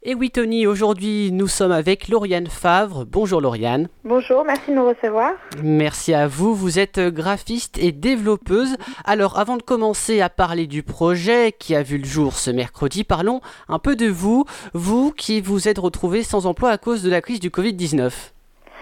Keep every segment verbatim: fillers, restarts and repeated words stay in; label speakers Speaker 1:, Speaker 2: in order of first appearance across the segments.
Speaker 1: Et oui Tony, aujourd'hui nous sommes avec Lauriane Favre. Bonjour Lauriane.
Speaker 2: Bonjour, merci de nous recevoir.
Speaker 1: Merci à vous, vous êtes graphiste et développeuse. Alors avant de commencer à parler du projet qui a vu le jour ce mercredi, parlons un peu de vous, vous qui vous êtes retrouvée sans emploi à cause de la crise du covid dix-neuf.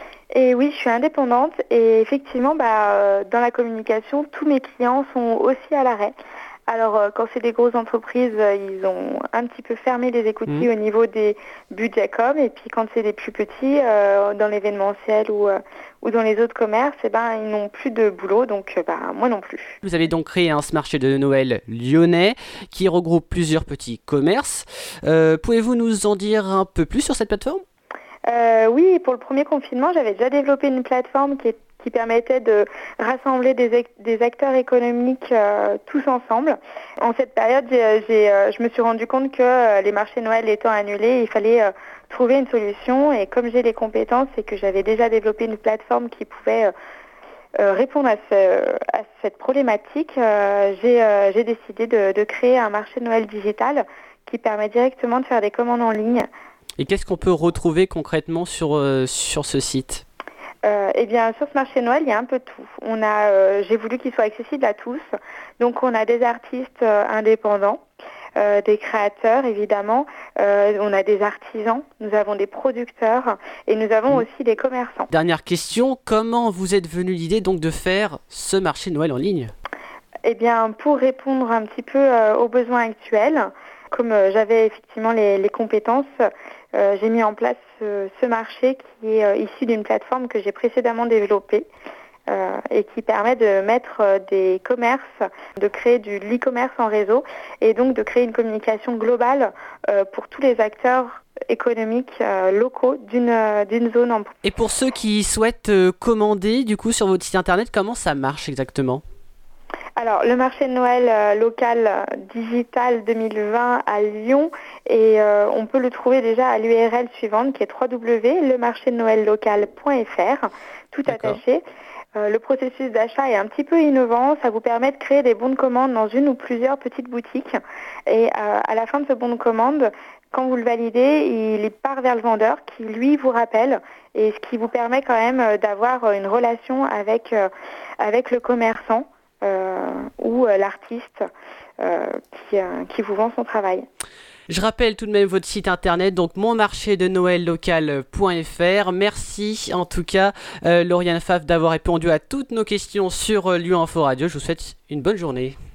Speaker 2: Et oui, je suis indépendante et effectivement, bah, euh, dans la communication, tous mes clients sont aussi à l'arrêt. Alors, euh, quand c'est des grosses entreprises, euh, ils ont un petit peu fermé les écoutilles
Speaker 1: Mmh.
Speaker 2: au niveau des budgets com. Et puis, quand c'est des plus petits, euh, dans l'événementiel ou, euh, ou dans les autres commerces, eh ben, ils n'ont plus de boulot. Donc, euh, bah, moi non plus.
Speaker 1: Vous avez donc créé un marché de Noël lyonnais qui regroupe plusieurs petits commerces. Euh, pouvez-vous nous en dire un peu plus sur cette plateforme ?
Speaker 2: Euh, oui, pour le premier confinement, j'avais déjà développé une plateforme qui, est- qui permettait de rassembler des, ac- des acteurs économiques euh, tous ensemble. En cette période, j'ai, j'ai, euh, je me suis rendu compte que euh, les marchés Noël étant annulés, il fallait euh, trouver une solution. Et comme j'ai les compétences et que j'avais déjà développé une plateforme qui pouvait euh, euh, répondre à, ce- à cette problématique, euh, j'ai, euh, j'ai décidé de, de créer un marché Noël digital qui permet directement de faire des commandes en ligne.
Speaker 1: Et qu'est-ce qu'on peut retrouver concrètement sur, euh, sur ce site ?
Speaker 2: Euh, eh bien, sur ce marché Noël, il y a un peu de tout. On a, euh, j'ai voulu qu'il soit accessible à tous. Donc, on a des artistes euh, indépendants, euh, des créateurs, évidemment. Euh, on a des artisans, nous avons des producteurs et nous avons
Speaker 1: Mmh.
Speaker 2: aussi des commerçants.
Speaker 1: Dernière question, comment vous êtes venu l'idée donc de faire ce marché Noël en ligne ?
Speaker 2: Eh bien, pour répondre un petit peu euh, aux besoins actuels, comme euh, j'avais effectivement les, les compétences, euh, j'ai mis en place euh, ce marché qui est euh, issu d'une plateforme que j'ai précédemment développée euh, et qui permet de mettre euh, des commerces, de créer du l'e-commerce en réseau et donc de créer une communication globale euh, pour tous les acteurs économiques euh, locaux d'une, euh, d'une zone en.
Speaker 1: Et pour ceux qui souhaitent euh, commander du coup sur votre site internet, comment ça marche exactement ?
Speaker 2: Alors, le marché de Noël euh, local euh, digital deux mille vingt à Lyon, et euh, on peut le trouver déjà à l'U R L suivante qui est w w w point le marché de noël local point f r, tout
Speaker 1: D'accord.
Speaker 2: attaché. Euh, le processus d'achat est un petit peu innovant, ça vous permet de créer des bons de commande dans une ou plusieurs petites boutiques. Et euh, à la fin de ce bon de commande, quand vous le validez, il part vers le vendeur qui, lui, vous rappelle, et ce qui vous permet quand même euh, d'avoir une relation avec, euh, avec le commerçant. Euh, ou euh, l'artiste euh, qui, euh, qui vous vend son travail.
Speaker 1: Je rappelle tout de même votre site internet, donc mon marché de noël local point f r. Merci en tout cas euh, Lauriane Favre d'avoir répondu à toutes nos questions sur euh, Lyon Info Radio. Je vous souhaite une bonne journée.